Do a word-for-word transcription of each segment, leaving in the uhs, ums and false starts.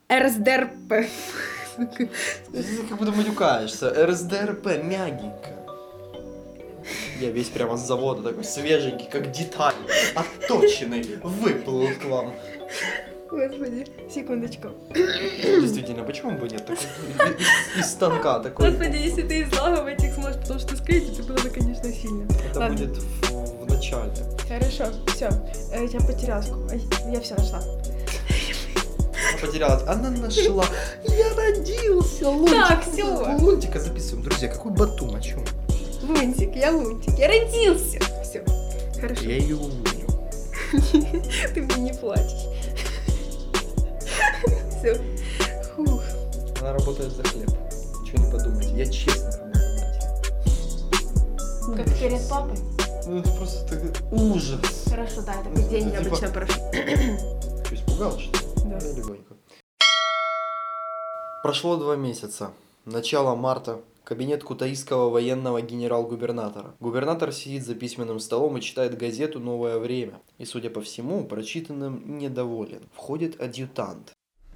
РСДРП. Ты как будто матюкаешься. РСДРП мягенько. Я весь прямо с завода такой свеженький, как деталь, отточенный, выплыл к вам. Господи, секундочку. Действительно, почему бы нет такой из, из станка такой? Господи, если ты излагивать их сможешь, потому что склеить, это было бы, конечно, сильно. Это Ладно. будет в, в начале. Хорошо, все. Я потеряла сколько. Я все нашла. Она потерялась. Она нашла. Я родился. Лунтик. Так, всё. Лунтика записываем. Друзья, какой Батум, о чем? Лунтик, я Лунтик, я родился. Все, хорошо. Я ее уволю. Ты мне не плачешь. Все. Фух. Она работает за хлеб. Ничего не подумайте. Я честно работаю. Как перед папой? Ну это просто такой ужас. Хорошо, да, это как день Типа- обычно прошу. Что, испугалась, что ли? Да. Я легонько. Прошло два месяца. Начало марта. Кабинет кутаисского военного генерал-губернатора. Губернатор сидит за письменным столом и читает газету «Новое время». И, судя по всему, прочитанным недоволен. Входит адъютант.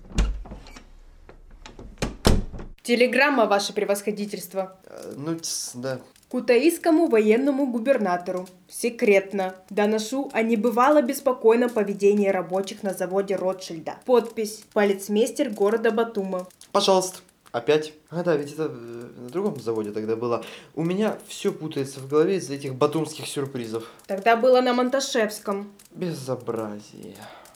Телеграмма, ваше превосходительство. Э, ну, тс, да. Кутаисскому военному губернатору. Секретно. Доношу о небывало беспокойном поведении рабочих на заводе Ротшильда. Подпись. Полицмейстер города Батума. Пожалуйста. Опять? А, да, ведь это э, на другом заводе тогда было. У меня все путается в голове из-за этих батумских сюрпризов. Тогда было на Монташевском. Безобразие.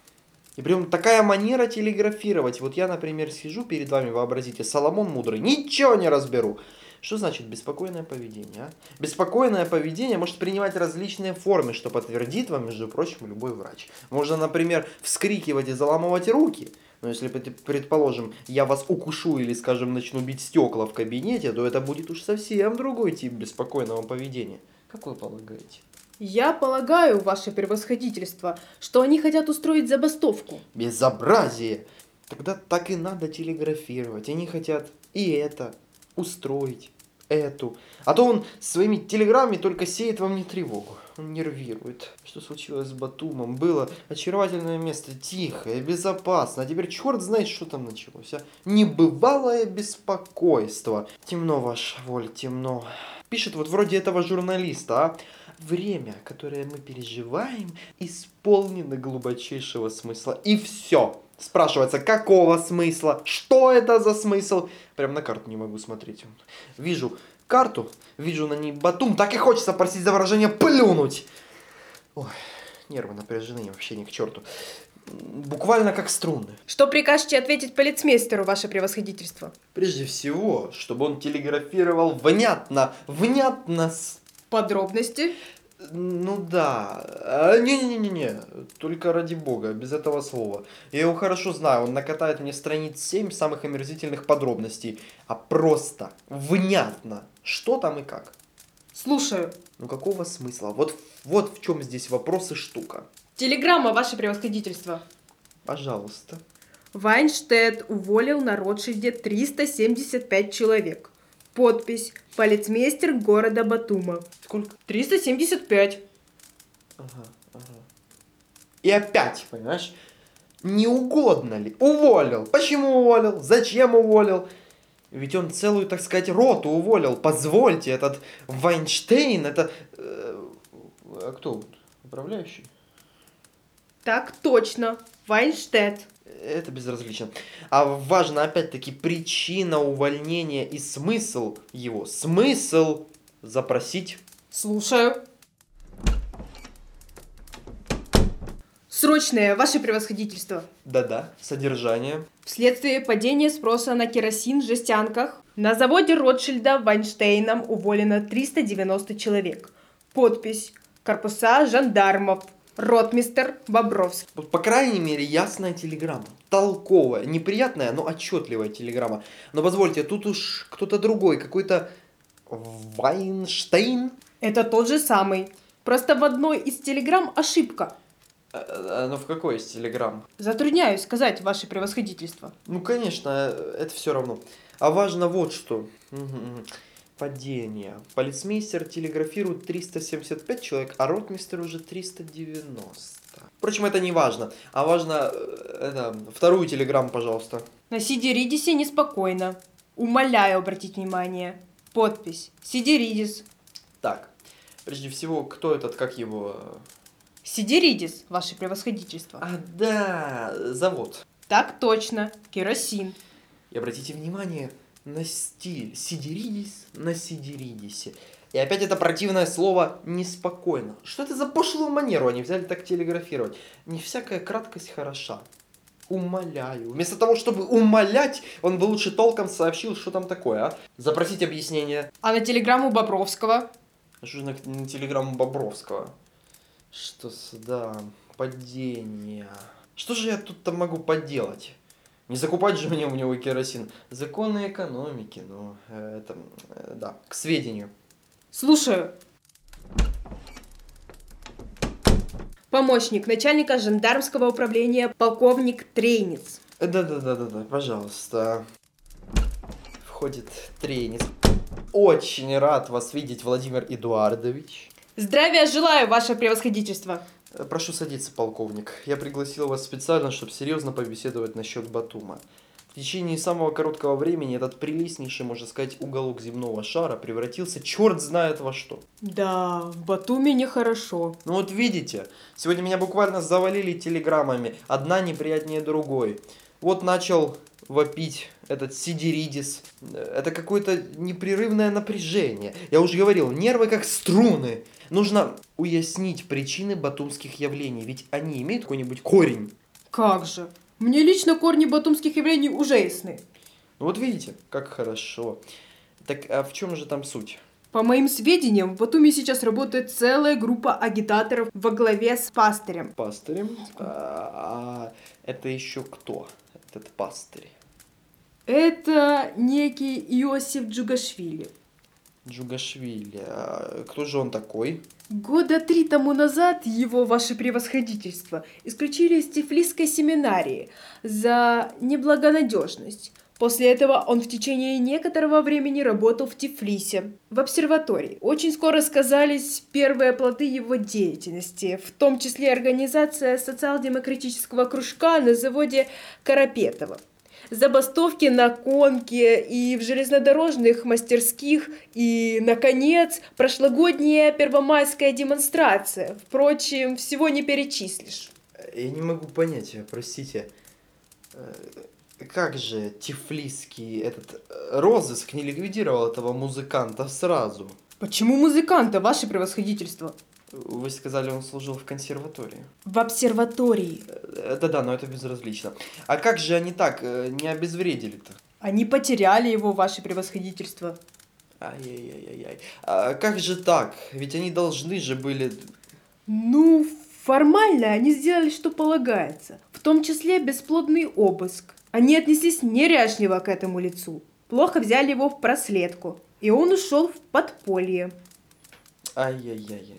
И прям такая манера телеграфировать. Вот я, например, сижу перед вами, вообразите, Соломон Мудрый, ничего не разберу. Что значит беспокойное поведение, а? Беспокойное поведение может принимать различные формы, что подтвердит вам, между прочим, любой врач. Можно, например, вскрикивать и заламывать руки. Но если, предположим, я вас укушу или, скажем, начну бить стекла в кабинете, то это будет уж совсем другой тип беспокойного поведения. Как вы полагаете? Я полагаю, ваше превосходительство, что они хотят устроить забастовку. Безобразие! Тогда так и надо телеграфировать. Они хотят и это устроить, эту. А то он своими телеграммами только сеет во мне тревогу. Он нервирует. Что случилось с Батумом? Было очаровательное место, тихое, безопасно. А теперь черт знает, что там началось. А? Небывалое беспокойство. Темно, ваша воля, темно. Пишет вот вроде этого журналиста, а? Время, которое мы переживаем, исполнено глубочайшего смысла. И все. Спрашивается, какого смысла? Что это за смысл? Прям на карту не могу смотреть. Вижу карту, вижу на ней Батум, так и хочется, простить за выражение, плюнуть. Ой, нервы напряжены вообще ни к черту. Буквально как струны. Что прикажете ответить полицмейстеру, ваше превосходительство? Прежде всего, чтобы он телеграфировал внятно, внятно с... Подробности? Ну да. Не-не-не-не, только ради бога, без этого слова. Я его хорошо знаю, он накатает мне страниц семь самых омерзительных подробностей. А просто, внятно, что там и как. Слушаю. Ну какого смысла? Вот, вот в чем здесь вопрос и штука. Телеграмма, ваше превосходительство. Пожалуйста. Вайнштедт уволил на Ротшильде триста семьдесят пять человек. Подпись. Полицмейстер города Батума. Сколько? триста семьдесят пять. Ага, ага. И опять, понимаешь, не угодно ли? Уволил. Почему уволил? Зачем уволил? Ведь он целую, так сказать, роту уволил. Позвольте, этот Вайнштейн, это... Э, а кто? Управляющий? Так точно. Вайнштедт. Это безразлично. А важно, опять-таки, причина увольнения и смысл его. Смысл запросить. Слушаю. Срочное, ваше превосходительство. Да-да, содержание. Вследствие падения спроса на керосин в жестянках на заводе Ротшильда Вайнштейном уволено триста девяносто человек. Подпись. Корпуса жандармов. Ротмистер Бобровский. Вот, по крайней мере, ясная телеграмма. Толковая, неприятная, но отчетливая телеграмма. Но позвольте, тут уж кто-то другой, какой-то Вайнштейн. Это тот же самый. Просто в одной из телеграмм ошибка. А, а, ну в какой из телеграмм? Затрудняюсь сказать, ваше превосходительство. Ну, конечно, это все равно. А важно вот что. Падение. Полицмейстер телеграфирует триста семьдесят пять человек, а ротмистер уже триста девяносто. пожалуйста. Впрочем, это не важно. А важно, э, это, вторую телеграмму, пожалуйста. На Сидеридисе неспокойно. Умоляю обратить внимание. Подпись. Сидеридис. Так, прежде всего, кто этот, как его... Сидеридис, ваше превосходительство. А, да, завод. Так точно. Керосин. И обратите внимание на стиль. Сидеридис на Сидеридисе. И опять это противное слово «неспокойно». Что это за пошлую манеру они взяли так телеграфировать? Не всякая краткость хороша. Умоляю. Вместо того, чтобы умолять, он бы лучше толком сообщил, что там такое, а? Запросить объяснение. А на телеграмму Бобровского? А что же на, на телеграмму Бобровского? Что сюда? Падение. Что же я тут-то могу поделать? Не закупать же мне у него керосин. Законы экономики, ну, э, это, э, да, к сведению. Слушаю. Помощник начальника жандармского управления полковник Трейниц. Да-да-да-да-да, пожалуйста. Входит Трейниц. Очень рад вас видеть, Владимир Эдуардович. Здравия желаю, ваше превосходительство. Прошу садиться, полковник. Я пригласил вас специально, чтобы серьезно побеседовать насчет Батума. В течение самого короткого времени этот прелестнейший, можно сказать, уголок земного шара превратился черт знает во что. Да, в Батуми нехорошо. Ну вот видите, сегодня меня буквально завалили телеграммами, одна неприятнее другой. Вот начал вопить этот Сидеридис. Это какое-то непрерывное напряжение. Я уже говорил, нервы как струны. Нужно уяснить причины батумских явлений, ведь они имеют какой-нибудь корень. Как же? Мне лично корни батумских явлений уже ясны. Ну вот видите, как хорошо. Так а в чем же там суть? По моим сведениям, в Батуми сейчас работает целая группа агитаторов во главе с пастырем. Пастырем? А, а это еще кто, этот пастырь? Это некий Иосиф Джугашвили. Джугашвили. А кто же он такой? Года три тому назад его, ваше превосходительство, исключили из Тифлисской семинарии за неблагонадежность. После этого он в течение некоторого времени работал в Тифлисе, в обсерватории. Очень скоро сказались первые плоды его деятельности, в том числе организация социал-демократического кружка на заводе Карапетова. Забастовки на конке и в железнодорожных мастерских и, наконец, прошлогодняя первомайская демонстрация. Впрочем, всего не перечислишь. Я не могу понять, простите. Как же тифлисский этот розыск не ликвидировал этого музыканта сразу? Почему музыканта, ваше превосходительство? Вы сказали, он служил в консерватории. В обсерватории. Да-да, но это безразлично. А как же они так не обезвредили-то? Они потеряли его, ваше превосходительство. Ай-яй-яй-яй. А как же так? Ведь они должны же были... Ну, формально они сделали, что полагается. В том числе бесплодный обыск. Они отнеслись неряшливо к этому лицу. Плохо взяли его в проследку. И он ушел в подполье. Ай-яй-яй-яй-яй-яй.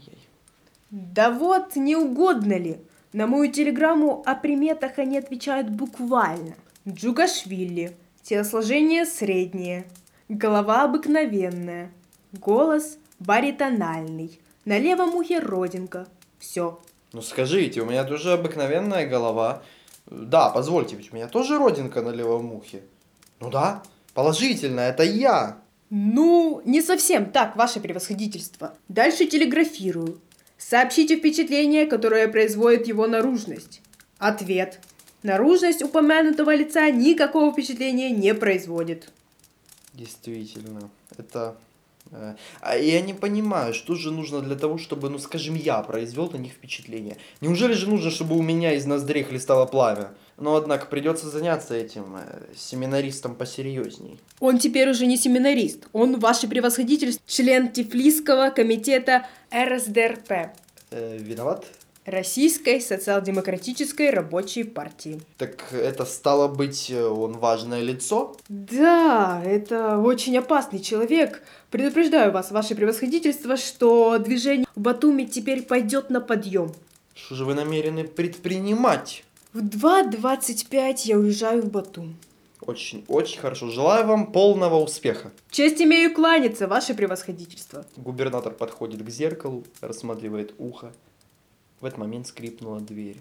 Да вот, не угодно ли? На мою телеграмму о приметах они отвечают буквально. Джугашвили. Телосложение среднее. Голова обыкновенная. Голос баритональный. На левом ухе родинка. Все. Ну скажите, у меня тоже обыкновенная голова. Да, позвольте, ведь у меня тоже родинка на левом ухе. Ну да, положительно, это я. Ну, не совсем так, ваше превосходительство. Дальше телеграфирую. Сообщите впечатление, которое производит его наружность. Ответ. Наружность упомянутого лица никакого впечатления не производит. Действительно, это... Э, а я не понимаю, что же нужно для того, чтобы, ну скажем, я произвел на них впечатление. Неужели же нужно, чтобы у меня из ноздрей хлестало пламя? Но, однако, придется заняться этим э, семинаристом посерьезней. Он теперь уже не семинарист. Он, ваше превосходительство, член Тифлисского комитета эр эс дэ эр пэ. Э, виноват? Российской социал-демократической рабочей партии. Так это стало быть, он важное лицо? Да, это очень опасный человек. Предупреждаю вас, ваше превосходительство, что движение в Батуми теперь пойдет на подъем. Что же вы намерены предпринимать? В два двадцать пять я уезжаю в Батум. Очень, очень хорошо. Желаю вам полного успеха. Честь имею кланяться, ваше превосходительство. Губернатор подходит к зеркалу, рассматривает ухо. В этот момент скрипнула дверь.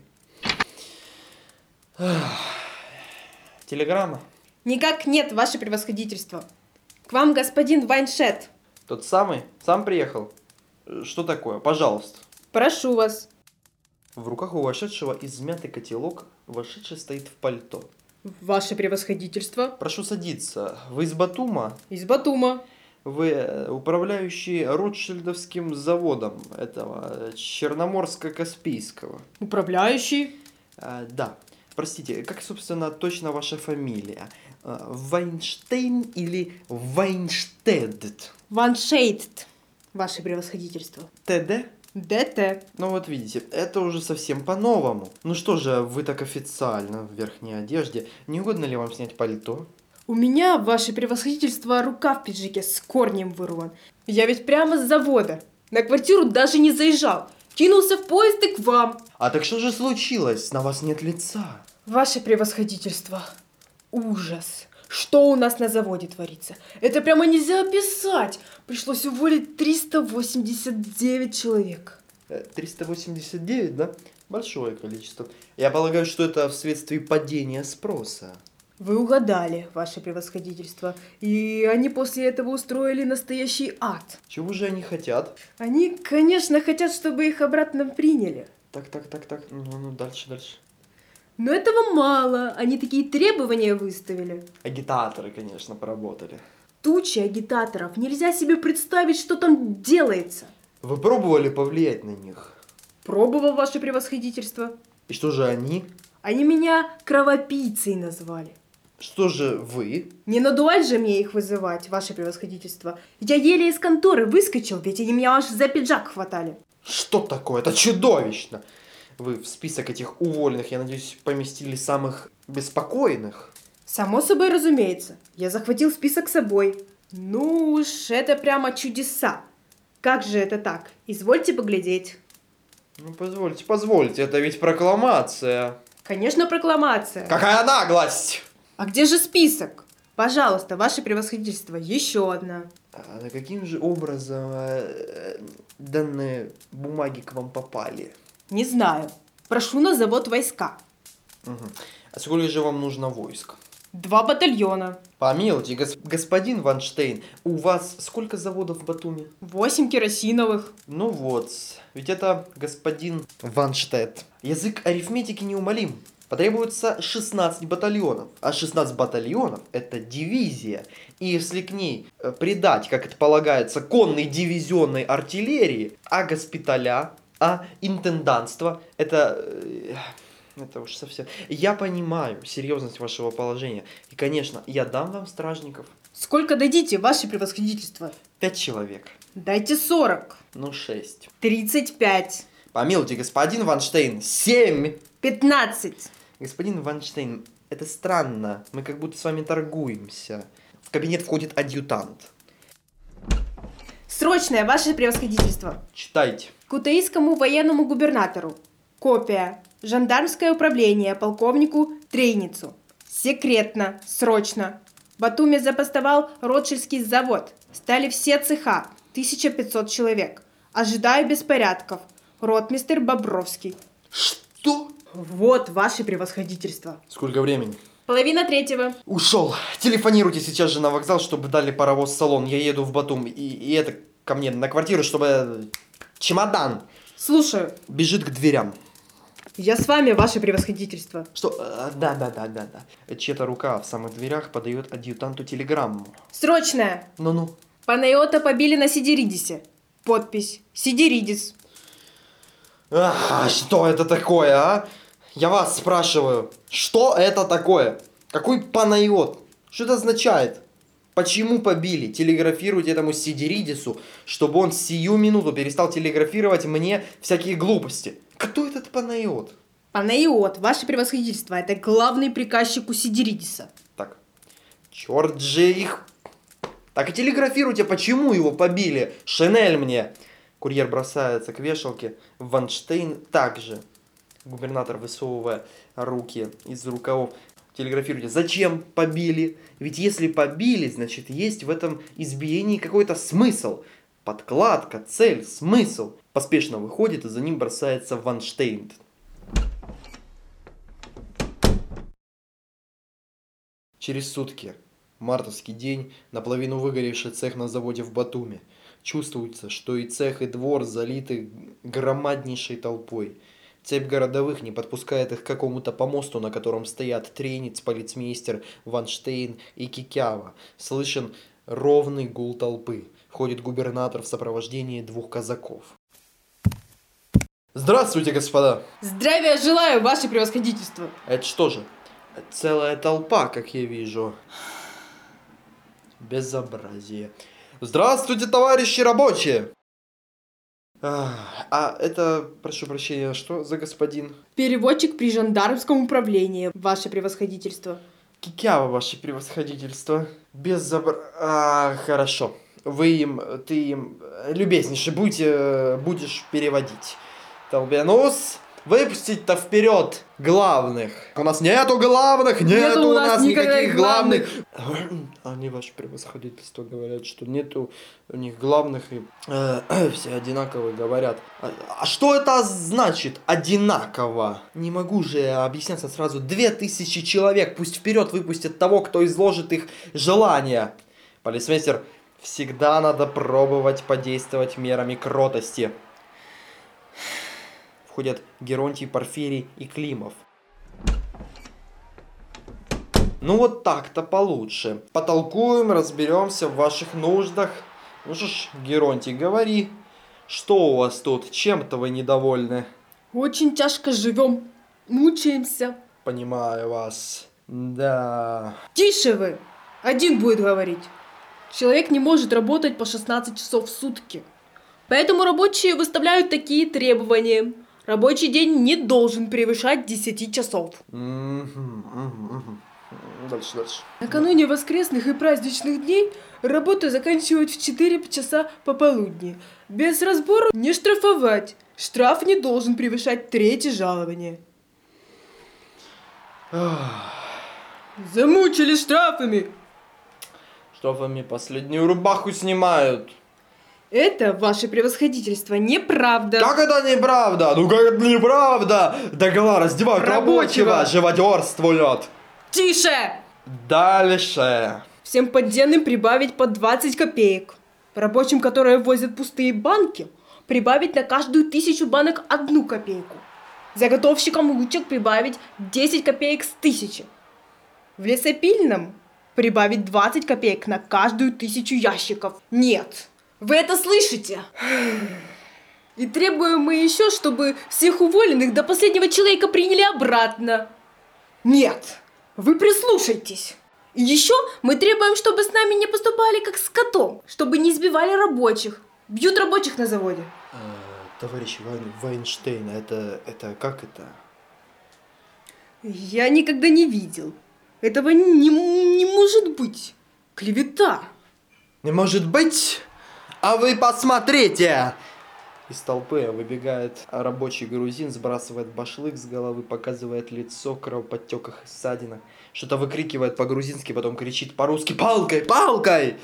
Телеграмма. Никак нет, ваше превосходительство. К вам господин Вайнштейн. Тот самый? Сам приехал? Что такое? Пожалуйста. Прошу вас. В руках у вошедшего измятый котелок, вошедший стоит в пальто. Ваше превосходительство. Прошу садиться. Вы из Батума? Из Батума. Вы управляющий Ротшильдовским заводом этого Черноморско-Каспийского. Управляющий? А, да. Простите, как, собственно, точно ваша фамилия? Вайнштейн или Вайнштедт? Ваншейд, ваше превосходительство. ТД? ДТ. Ну вот видите, это уже совсем по-новому. Ну что же, вы так официально в верхней одежде. Не угодно ли вам снять пальто? У меня, ваше превосходительство, рука в пиджаке с корнем вырван. Я ведь прямо с завода. На квартиру даже не заезжал. Кинулся в поезд и к вам. А так что же случилось? На вас нет лица. Ваше превосходительство. Ужас. Что у нас на заводе творится? Это прямо нельзя описать. Пришлось уволить триста восемьдесят девять человек. триста восемьдесят девять, да? Большое количество. Я полагаю, что это вследствие падения спроса. Вы угадали, ваше превосходительство. И они после этого устроили настоящий ад. Чего же они хотят? Они, конечно, хотят, чтобы их обратно приняли. Так, так, так, так. Ну, ну дальше, дальше. Но этого мало. Они такие требования выставили. Агитаторы, конечно, поработали. Тучи агитаторов. Нельзя себе представить, что там делается. Вы пробовали повлиять на них? Пробовал, ваше превосходительство. И что же они? Они меня кровопийцей назвали. Что же вы? Не надувать же мне их вызывать, ваше превосходительство. Я еле из конторы выскочил, ведь они меня аж за пиджак хватали. Что такое? Это чудовищно! Вы в список этих уволенных, я надеюсь, поместили самых беспокойных? Само собой разумеется. Я захватил список с собой. Ну уж, это прямо чудеса. Как же это так? Извольте поглядеть. Ну, позвольте, позвольте, это ведь прокламация. Конечно, прокламация. Какая наглость! А где же список? Пожалуйста, ваше превосходительство, еще одна. А каким же образом э, данные бумаги к вам попали? Не знаю. Прошу на завод войска. Угу. А сколько же вам нужно войск? Два батальона. Помилуйте, гос- господин Вайнштейн, у вас сколько заводов в Батуми? Восемь керосиновых. Ну вот, ведь это господин Вайнштейн. Язык арифметики неумолим. Потребуется шестнадцать батальонов. А шестнадцать батальонов – это дивизия. И если к ней э, придать, как это полагается, конной дивизионной артиллерии, а госпиталя, а интендантство – это... Э, это уж совсем... Я понимаю серьезность вашего положения. И, конечно, я дам вам стражников. Сколько дадите, ваше превосходительство? Пять человек. Дайте сорок. Ну, шесть. Тридцать пять. Помилуйте, господин Вайнштейн, семь. Пятнадцать. Господин Вайнштейн, это странно. Мы как будто с вами торгуемся. В кабинет входит адъютант. Срочное, ваше превосходительство. Читайте. Кутаисскому военному губернатору. Копия. Жандармское управление полковнику Трейницу. Секретно, срочно. В Батуми запастовал Ротшильдский завод. Стали все цеха. тысяча пятьсот человек. Ожидаю беспорядков. Ротмистер Бобровский. Что? Вот ваше превосходительство. Сколько времени? Половина третьего. Ушел. Телефонируйте сейчас же на вокзал, чтобы дали паровоз-салон. Я еду в Батум. И, и это ко мне на квартиру, чтобы... Чемодан. Слушаю. Бежит к дверям. Я с вами, ваше превосходительство. Что? Да, да, да, да, да. Чья-то рука в самых дверях подает адъютанту телеграмму. Срочное. Ну-ну. Панайота побили на Сидеридисе. Подпись. Сидеридис. А, что это такое, а? Я вас спрашиваю, что это такое? Какой панайот? Что это означает? Почему побили? Телеграфируйте этому Сидеридису, чтобы он сию минуту перестал телеграфировать мне всякие глупости. Кто этот панайот? Панайот, ваше превосходительство, это главный приказчик у Сидеридиса. Так, черт же их... Так и телеграфируйте, почему его побили. Шинель мне. Курьер бросается к вешалке. Вайнштейн также. Губернатор, высовывая руки из рукавов. Телеграфируйте, зачем побили? Ведь если побили, значит есть в этом избиении какой-то смысл. подкладка, цель, смысл. Поспешно выходит, и за ним бросается Вайнштейн. Через сутки. Мартовский день, наполовину выгоревший цех на заводе в Батуми. Чувствуется, что и цех, и двор залиты громаднейшей толпой. Цепь городовых не подпускает их к какому-то помосту, на котором стоят Трейниц, полицмейстер, Вайнштейн и Кикява. Слышен ровный гул толпы. Входит губернатор в сопровождении двух казаков. Здравствуйте, господа! Здравия желаю, ваше превосходительство! Это что же? Целая толпа, как я вижу. Безобразие. Здравствуйте, товарищи рабочие! А, а это, прошу прощения, что за господин? Переводчик при жандармском управлении, ваше превосходительство. Кикява, ваше превосходительство. Безобра... А, хорошо. Вы им, ты им, любезнейший, будь, будешь переводить. Толбянус, выпустить-то вперед главных. У нас нету главных, нету, нету у нас, нас никаких главных. главных. Они, ваше превосходительство, говорят, что нету у них главных, и э, все одинаковые говорят. А, а что это значит одинаково? Не могу же объясняться сразу. Две тысячи человек пусть вперед выпустят того, кто изложит их желания. Полицмейстер, всегда надо пробовать подействовать мерами кротости. Входят Геронтий, Порфирий и Климов. Ну вот так-то получше. Потолкуем, разберемся в ваших нуждах. Ну что ж, Геронтий, говори, что у вас тут, чем-то вы недовольны? Очень тяжко живем, мучаемся. Понимаю вас, да. Тише вы, один будет говорить. Человек не может работать по шестнадцать часов в сутки. Поэтому рабочие выставляют такие требования. Рабочий день не должен превышать десять часов. Дальше, дальше. Накануне воскресных и праздничных дней работу заканчивают в четыре часа пополудни. Без разбора не штрафовать. Штраф не должен превышать третье жалование. Замучили штрафами. Штрафами последнюю рубаху снимают. Это, ваше превосходительство, неправда. Как это неправда? Ну как это неправда? Догола раздевают рабочего, Рабочего. живодерствуют. Тише! Дальше. Всем поддельным прибавить по двадцать копеек. Рабочим, которые возят пустые банки, прибавить на каждую тысячу банок одну копейку. Заготовщикам лучек прибавить десять копеек с тысячи. В лесопильном прибавить двадцать копеек на каждую тысячу ящиков. Нет. Вы это слышите? И требуем мы еще, чтобы всех уволенных до последнего человека приняли обратно. Нет, вы прислушайтесь. И еще мы требуем, чтобы с нами не поступали как с котом, чтобы не избивали рабочих. Бьют рабочих на заводе. Э, товарищ Вайн, Вайнштейн, это, это как это? Я никогда не видел. Этого не, не может быть. Клевета. Не может быть? А вы посмотрите! Из толпы выбегает рабочий грузин, сбрасывает башлык с головы, показывает лицо в кровоподтеках и ссадинах. Что-то выкрикивает по-грузински, потом кричит по-русски: «Палкой! Палкой!»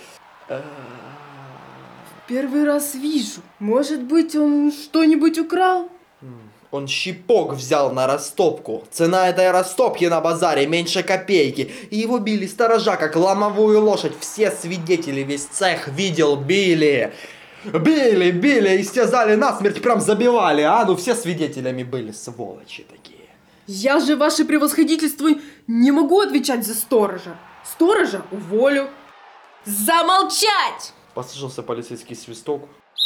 Первый раз вижу. Может быть, он что-нибудь украл? Он щипок взял на растопку. Цена этой растопки на базаре меньше копейки. И его били сторожа, как ломовую лошадь. Все свидетели, весь цех видел, били. Били, били, истязали насмерть, прям забивали. А ну все свидетелями были, сволочи такие. Я же, ваше превосходительство, не могу отвечать за сторожа. Сторожа уволю. Замолчать! Послышался полицейский свисток.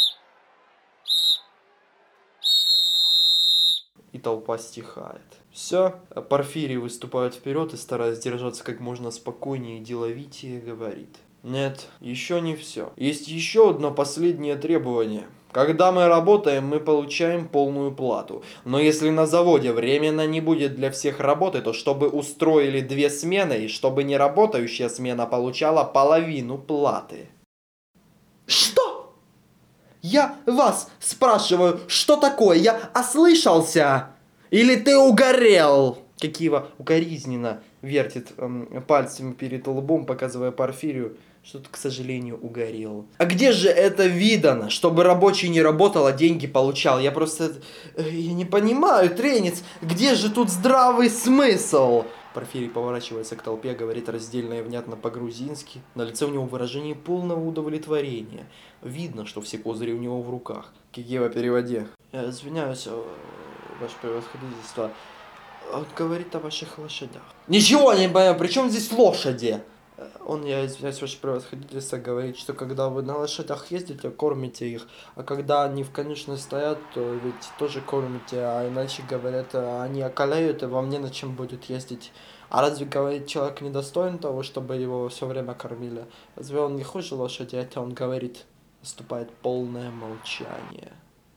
И толпа стихает. Все, Порфирий выступает вперед и, стараясь держаться как можно спокойнее и деловитее, говорит: нет, еще не все. Есть еще одно последнее требование. Когда мы работаем, мы получаем полную плату. Но если на заводе временно не будет для всех работы, то чтобы устроили две смены, и чтобы неработающая смена получала половину платы. Что? Я вас спрашиваю, что такое? Я ослышался? Или ты угорел? Кикява укоризненно вертит эм, пальцами перед лбом, показывая Порфирию, Что-то, к сожалению, угорел. А где же это видано, чтобы рабочий не работал, а деньги получал? Я просто... Я не понимаю, тренец, где же тут здравый смысл? Порфирий поворачивается к толпе, говорит раздельно и внятно по-грузински. На лице у него выражение полного удовлетворения. Видно, что все козыри у него в руках. Кикева, переводи. Я извиняюсь, ваше превосходительство. Он говорит о ваших лошадях. Ничего не понимаю, при чем здесь лошади? Он, я извиняюсь, ваше превосходительство, говорит, что когда вы на лошадях ездите, кормите их, а когда они в конюшне стоят, то ведь тоже кормите, а иначе, говорят, они околеют, и вам не на чем будет ездить. А разве, говорит, человек недостоин того, чтобы его все время кормили? Разве он не хуже лошади? Это он говорит, наступает полное молчание.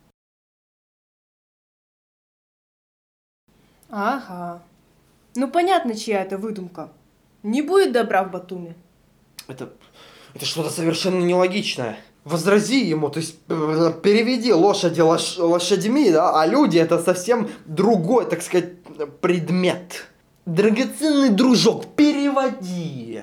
Ага. Ну понятно, чья это выдумка. Не будет добра в Батуми. Это, это что-то совершенно нелогичное. Возрази ему, то есть переведи лошади лош, лошадьми, да, а люди это совсем другой, так сказать, предмет. Драгоценный дружок, переводи.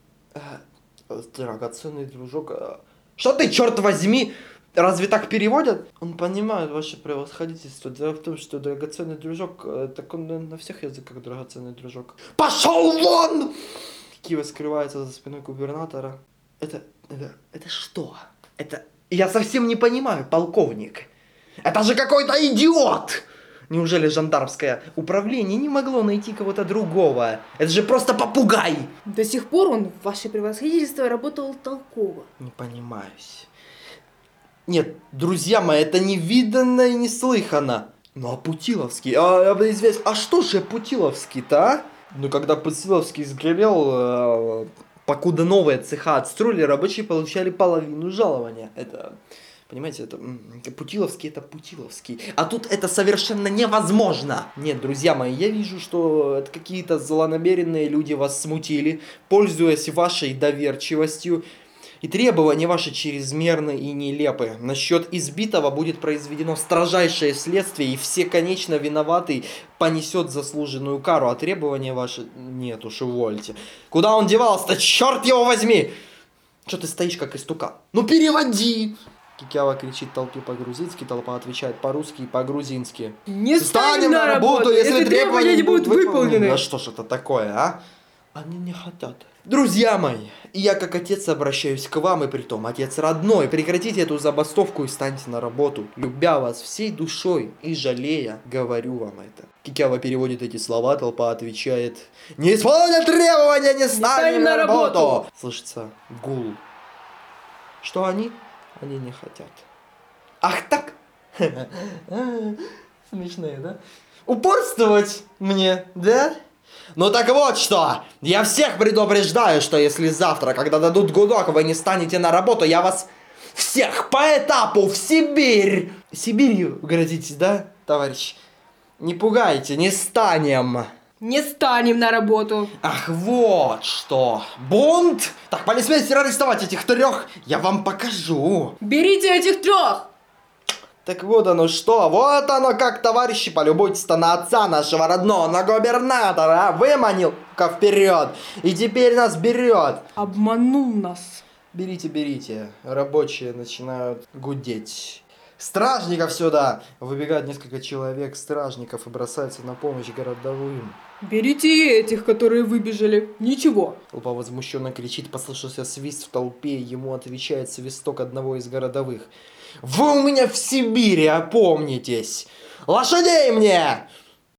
Драгоценный дружок. Что ты, черт возьми, разве так переводят? Он понимает ваше превосходительство. Дело в том, что драгоценный дружок, так он на всех языках драгоценный дружок. Пошел вон! Кива скрывается за спиной губернатора. Это, это, это что? Это... Я совсем не понимаю, полковник. Это же какой-то идиот! Неужели жандармское управление не могло найти кого-то другого? Это же просто попугай! До сих пор он, ваше превосходительство, работал толково. Не понимаюсь. Нет, друзья мои, это невиданно и неслыханно. Ну а Путиловский? А, а, а что же Путиловский-то, а? Ну когда Путиловский сгорел, э, покуда новые цеха отстроили, рабочие получали половину жалования. Это, понимаете, это Путиловский, это Путиловский. А тут это совершенно невозможно. Нет, друзья мои, я вижу, что это какие-то злонамеренные люди вас смутили, пользуясь вашей доверчивостью. И требования ваши чрезмерны и нелепы. Насчет избитого будет произведено строжайшее следствие, и все конечно виноватый понесет заслуженную кару, а требования ваши... Нет уж, увольте. Куда он девался-то, черт его возьми! Что ты стоишь, как истукан? Ну переводи! Кикява кричит толпе по-грузински, толпа отвечает по-русски и по-грузински. Не станем на работу, если требования не будут выполнены. Да что ж это такое, а? Они не хотят. Друзья мои, я как отец обращаюсь к вам, и притом отец родной. Прекратите эту забастовку и станьте на работу. Любя вас всей душой и жалея, говорю вам это. Кикява переводит эти слова, толпа отвечает: не исполнят требования, не станем, не станем на работу. работу. Слышится гул. Что они? Они не хотят. Ах так? Смешные, да? Упорствовать мне, да? Ну так вот что, я всех предупреждаю, что если завтра, когда дадут гудок, вы не станете на работу, я вас всех по этапу в Сибирь. Сибирью грозитесь, да, товарищ? Не пугайте, не станем. Не станем на работу. Ах, вот что. Бунт? Так, полицмейстер, арестовать этих трех, я вам покажу. Берите этих трех. Так вот оно что, вот оно как, товарищи, полюбуйтесь-то на отца нашего родного, на губернатора, а? Выманил-ка вперед, и теперь нас берет. Обманул нас. Берите, берите, рабочие начинают гудеть. Стражников сюда! Выбегает несколько человек, стражников, и бросаются на помощь городовым. Берите этих, которые выбежали. Ничего. Толпа возмущенно кричит, послышался свист в толпе, ему отвечает свисток одного из городовых. Вы у меня в Сибири, опомнитесь! Лошадей мне!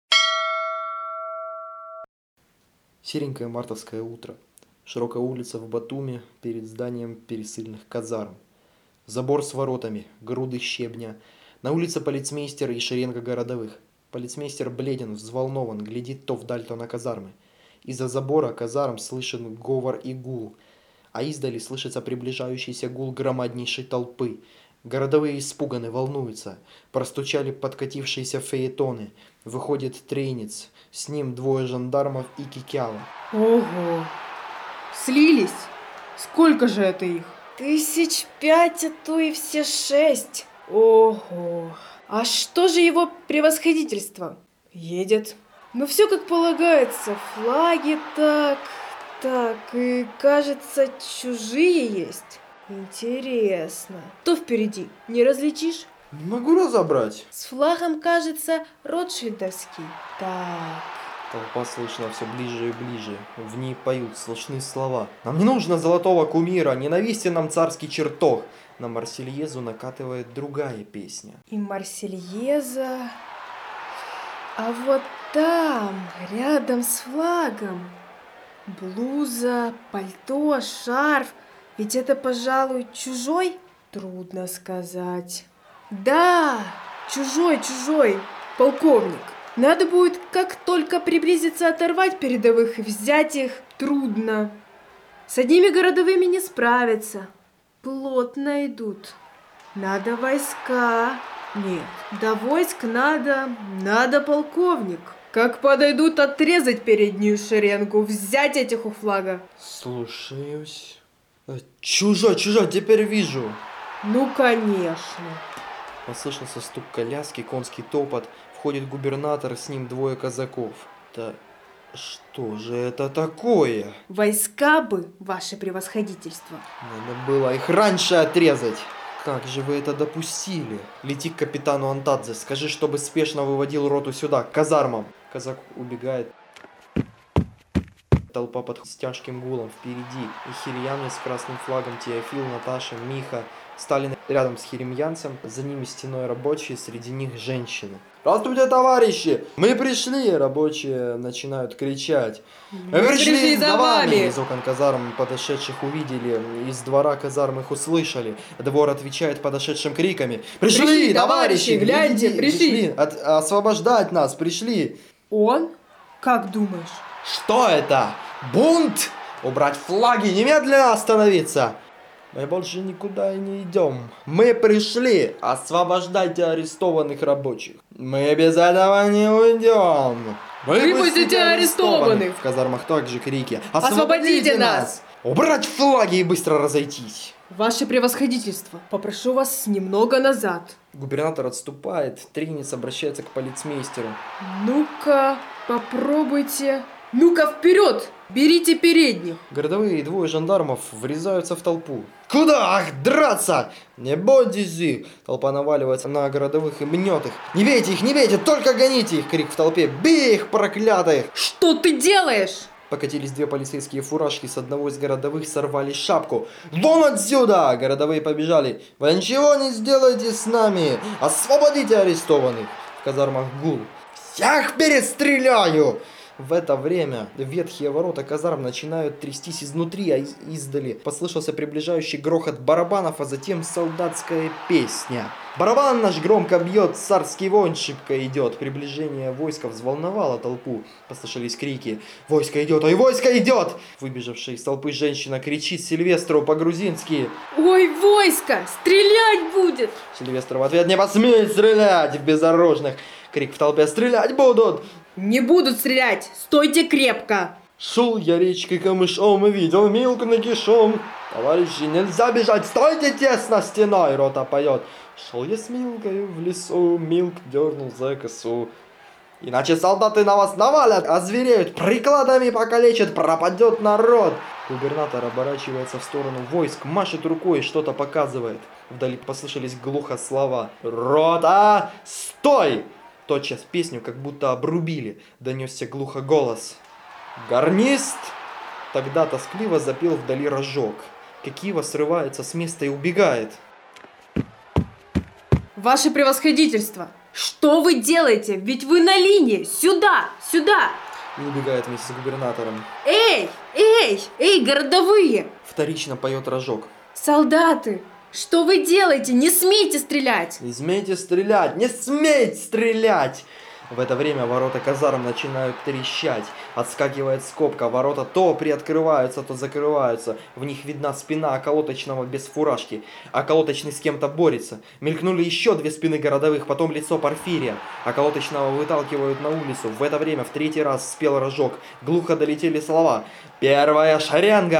Серенькое мартовское утро. Широкая улица в Батуми перед зданием пересыльных казарм. Забор с воротами, груды щебня. На улице полицмейстер и шеренга городовых. Полицмейстер бледен, взволнован, глядит то вдаль, то на казармы. Из-за забора казарм слышен говор и гул, а издали слышится приближающийся гул громаднейшей толпы. Городовые испуганы, волнуются. Простучали подкатившиеся фаэтоны. Выходит трейнец. С ним двое жандармов и Кикява. Ого! Слились? Сколько же это их? Тысяч пять, а то и все шесть. Ого! А что же его превосходительство? Едет. Ну все как полагается. Флаги так, Так, и кажется, чужие есть. Интересно. Кто впереди? Не различишь? Не могу разобрать. С флагом, кажется, ротшильдовский. Так. Толпа слышна все ближе и ближе. В ней поют, слышны слова. Нам не нужно золотого кумира, ненавистен нам царский чертог. На Марсельезу накатывает другая песня. И Марсельеза... А вот там, рядом с флагом, блуза, пальто, шарф. Ведь это, пожалуй, чужой? Трудно сказать. Да, чужой, чужой, полковник. Надо будет как только приблизиться, оторвать передовых и взять их. Трудно. С одними городовыми не справиться. Плотно идут. Надо войска. Нет, до войск надо, надо полковник. Как подойдут, отрезать переднюю шеренгу, взять этих у флага. Слушаюсь. Чужой, чужой, теперь вижу. Ну, конечно. Послышался стук коляски, конский топот. Входит губернатор, с ним двое казаков. Да что же это такое? Войска бы, ваше превосходительство. Надо было их раньше отрезать. Как же вы это допустили? Лети к капитану Антадзе, скажи, чтобы спешно выводил роту сюда, к казармам. Казак убегает. Толпа под с тяжким гулом впереди. И хирьяне с красным флагом, Теофил, Наташа, Миха. Сталин рядом с хиремьянцем, за ними стеной рабочие, среди них женщины. «Здравствуйте, товарищи! Мы пришли!» Рабочие начинают кричать. «Мы пришли за вами!» Из окон казарм подошедших увидели, из двора казарм их услышали. Двор отвечает подошедшим криками. «Пришли, Пришли, товарищи! гляньте, пришли! От, освобождать нас! Пришли!» Он? Как думаешь? «Что это? Бунт? Убрать флаги! Немедленно остановиться!» «Мы больше никуда и не идем. Мы пришли. Освобождайте арестованных рабочих. Мы без этого не уйдем. Выпустите арестованных!» В казармах также крики. «Освободите нас! Убрать флаги и быстро разойтись!» Ваше превосходительство, попрошу вас немного назад. Губернатор отступает. Тринец обращается к полицмейстеру. Ну-ка, попробуйте. Ну-ка, вперед! Берите передних. Городовые и двое жандармов врезаются в толпу. «Куда? Ах, драться! Не бойтесь их!» Толпа наваливается на городовых и мнет их. «Не бейте их, не бейте, только гоните их!» Крик в толпе. «Бей их, проклятых!» Что ты делаешь? Покатились две полицейские фуражки, с одного из городовых сорвали шапку. «Вон отсюда!» Городовые побежали. «Вы ничего не сделаете с нами! Освободите арестованных!» В казармах гул. «Всех перестреляю!» В это время ветхие ворота казарм начинают трястись изнутри, а из издали послышался приближающий грохот барабанов, а затем солдатская песня. «Барабан наш громко бьет, царский воин шибко идет». Приближение войска взволновало толпу. Послышались крики. «Войско идет! Ой, войско идет!» Выбежавшая из толпы женщина кричит Сильвестру по-грузински. Ой, войско! Стрелять будет! Сильвестр в ответ: «Не посмей стрелять в безоружных!» Крик в толпе: «Стрелять будут!» Не будут стрелять! Стойте крепко! Шел я речкой камышом и видел Милку нагишом. «Товарищи, нельзя бежать, стойте тесно стеной!» Рота поет. Шел я с Милкой в лесу, Милк дернул за косу. «Иначе солдаты на вас навалят, озвереют, прикладами покалечат, пропадет народ!» Губернатор оборачивается в сторону войск, машет рукой и что-то показывает. Вдали послышались глухо слова: «Рота, стой!» Тотчас песню как будто обрубили, донесся глухо голос. «Гарнист!» Тогда тоскливо запел вдали рожок. Кикива срывается с места и убегает. Ваше превосходительство! Что вы делаете? Ведь вы на линии! Сюда! Сюда! И убегает вместе с губернатором. Эй! Эй! Эй, городовые! Вторично поет рожок. Солдаты! Что вы делаете? Не смейте стрелять! Не смейте стрелять! Не смейте стрелять! В это время ворота казарм начинают трещать. Отскакивает скобка. Ворота то приоткрываются, то закрываются. В них видна спина околоточного без фуражки. Околоточный с кем-то борется. Мелькнули еще две спины городовых, потом лицо Порфирия. Околоточного выталкивают на улицу. В это время в третий раз спел рожок. Глухо долетели слова. «Первая шеренга!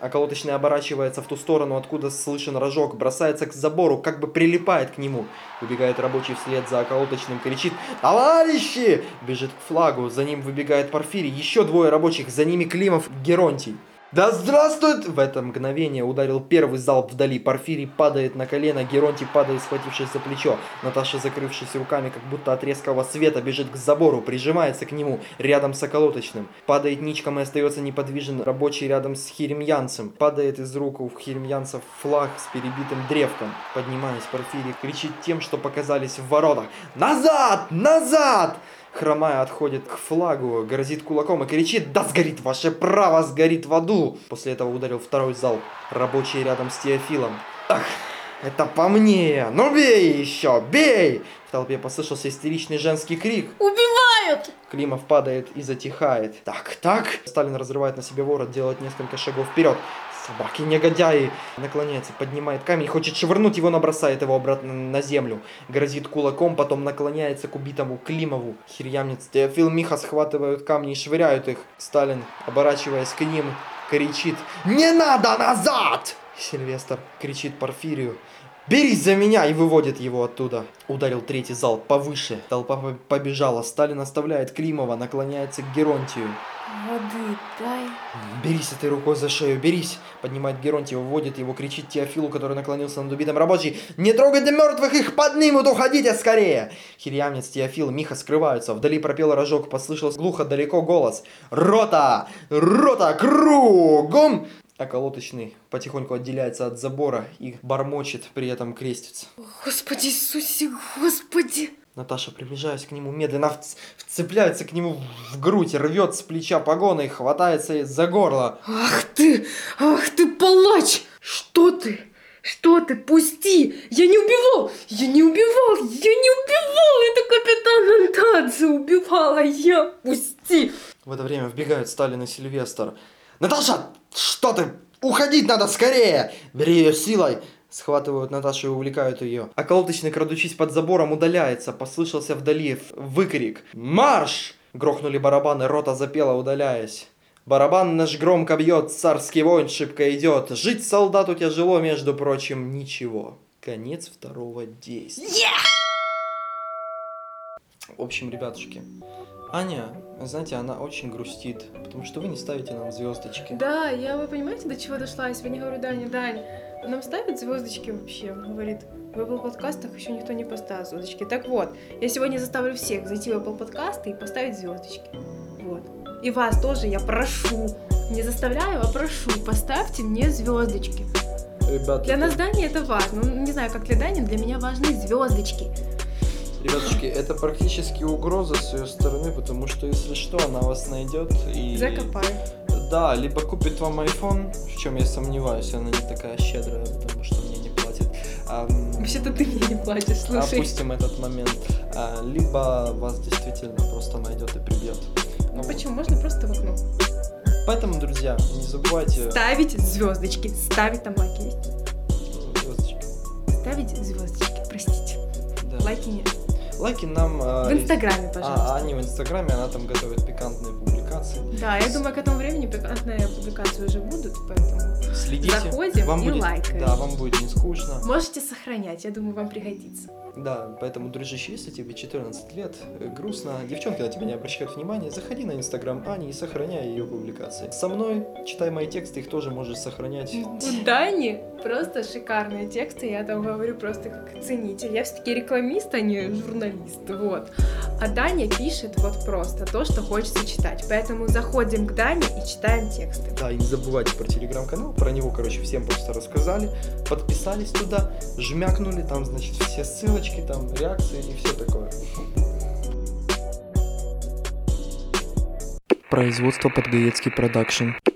Околоточный оборачивается в ту сторону, откуда слышен рожок, бросается к забору, как бы прилипает к нему. Выбегает рабочий вслед за околоточным, кричит «Товарищи!» Бежит к флагу, за ним выбегает Порфирий, еще двое рабочих, за ними Климов, Геронтий. «Да здравствует!» В это мгновение ударил первый залп вдали. Порфирий падает на колено, Геронтий падает, схватившись за плечо. Наташа, закрывшись руками, как будто от резкого света, бежит к забору, прижимается к нему, рядом с околоточным. Падает ничком и остается неподвижен рабочий рядом с хиремьянцем. Падает из рук у хиремьянцев флаг с перебитым древком. Поднимаясь, Порфирий кричит тем, что показались в воротах: «Назад! Назад!» Хромая отходит к флагу, грозит кулаком и кричит: «Да сгорит ваше право, сгорит в аду!» После этого ударил второй залп. Рабочий рядом с Теофилом: «Ах, это по мне! Ну бей еще, бей!» В толпе послышался истеричный женский крик: «Убивают!» Климов падает и затихает. «Так, так!» Сталин разрывает на себе ворот, делает несколько шагов вперед. «Собаки, негодяи!» Наклоняется, поднимает камень, хочет швырнуть его, набросает его обратно на землю. Грозит кулаком, потом наклоняется к убитому Климову. Хирьямнец, Теофил, Миха схватывают камни и швыряют их. Сталин, оборачиваясь к ним, кричит: «Не надо назад!» Сильвестр кричит Порфирию: «Берись за меня!» и выводит его оттуда. Ударил третий залп повыше. Толпа побежала. Сталин оставляет Климова, наклоняется к Геронтию. «Воды дай!» «Берись этой рукой за шею, берись!» Поднимает Геронтия, выводит его, кричит Теофилу, который наклонился над убитым рабочий: «Не трогайте мертвых, их поднимут, уходите скорее!» Хирьямнец, Теофил, Миха скрываются. Вдали пропел рожок, послышался глухо далеко голос: «Рота! Рота! Кругом!» Околоточный потихоньку отделяется от забора и бормочет, при этом крестится. «Господи Иисусе, Господи!» Наташа, приближаясь к нему, медленно вцепляется к нему в грудь, рвет с плеча погоны и хватается за горло. «Ах ты! Ах ты, палач! Что ты? Что ты? Пусти! Я не убивал! Я не убивал! Я не убивал! Это капитан Антадзе убивала я! Пусти!» В это время вбегают Сталин и Сильвестр. «Наташа, что ты? Уходить надо скорее! Бери ее силой!» Схватывают Наташу и увлекают ее. Околоточный, крадучись под забором, удаляется. Послышался вдали выкрик: «Марш!» Грохнули барабаны, рота запела, удаляясь. «Барабан наш громко бьет, царский воин шибко идет. Жить солдату тяжело, между прочим, ничего». Конец второго действия. Yeah! В общем, ребятушки, Аня, знаете, она очень грустит, потому что вы не ставите нам звездочки. Да, я, вы понимаете, до чего дошла? Я сегодня говорю: Даня, Дань, нам ставят звездочки вообще? Он говорит: в Apple подкастах еще никто не поставил звездочки. Так вот, я сегодня заставлю всех зайти в Apple подкасты и поставить звездочки. Вот. И вас тоже я прошу, не заставляю, а прошу, поставьте мне звездочки. Ребята, для нас, Дани, это важно. Ну, не знаю, как для Дани, для меня важны звездочки. Ребятушки, это практически угроза с ее стороны, потому что, если что, она вас найдет и... Закопаю. Да, либо купит вам iPhone, в чем я сомневаюсь, она не такая щедрая, потому что мне не платит. А, вообще-то ты мне не платишь, слушай. Опустим этот момент. А, либо вас действительно просто найдет и прибьет. Ну почему? Можно просто в окно. Поэтому, друзья, не забывайте... Ставить звездочки, ставить, там лайки есть. Звездочки. Ставить звездочки, простите. Да. Лайки нет. Лайки нам... В Инстаграме, пожалуйста. А, а не в Инстаграме, она там готовит пикантные публикации. Да, я думаю, к этому времени пикантные публикации уже будут, поэтому следите. Заходим вам и будет, лайкаем. Да, вам будет не скучно. Можете сохранять, я думаю, вам пригодится. Да, поэтому, дружище, если тебе четырнадцать лет, грустно, девчонки на тебя не обращают внимания, заходи на Инстаграм Ани и сохраняй ее публикации. Со мной, читай мои тексты, их тоже можешь сохранять. У Дани просто шикарные тексты, я там говорю просто как ценитель. Я все-таки рекламист, а не журналист, вот. А Даня пишет вот просто то, что хочется читать. Поэтому заходим к Дане и читаем тексты. Да, и не забывайте про телеграм-канал, про него, короче, всем просто рассказали, подписались туда, жмякнули, там, значит, все ссылочки, там, реакции и все такое. Производство Подгаецкий продакшн.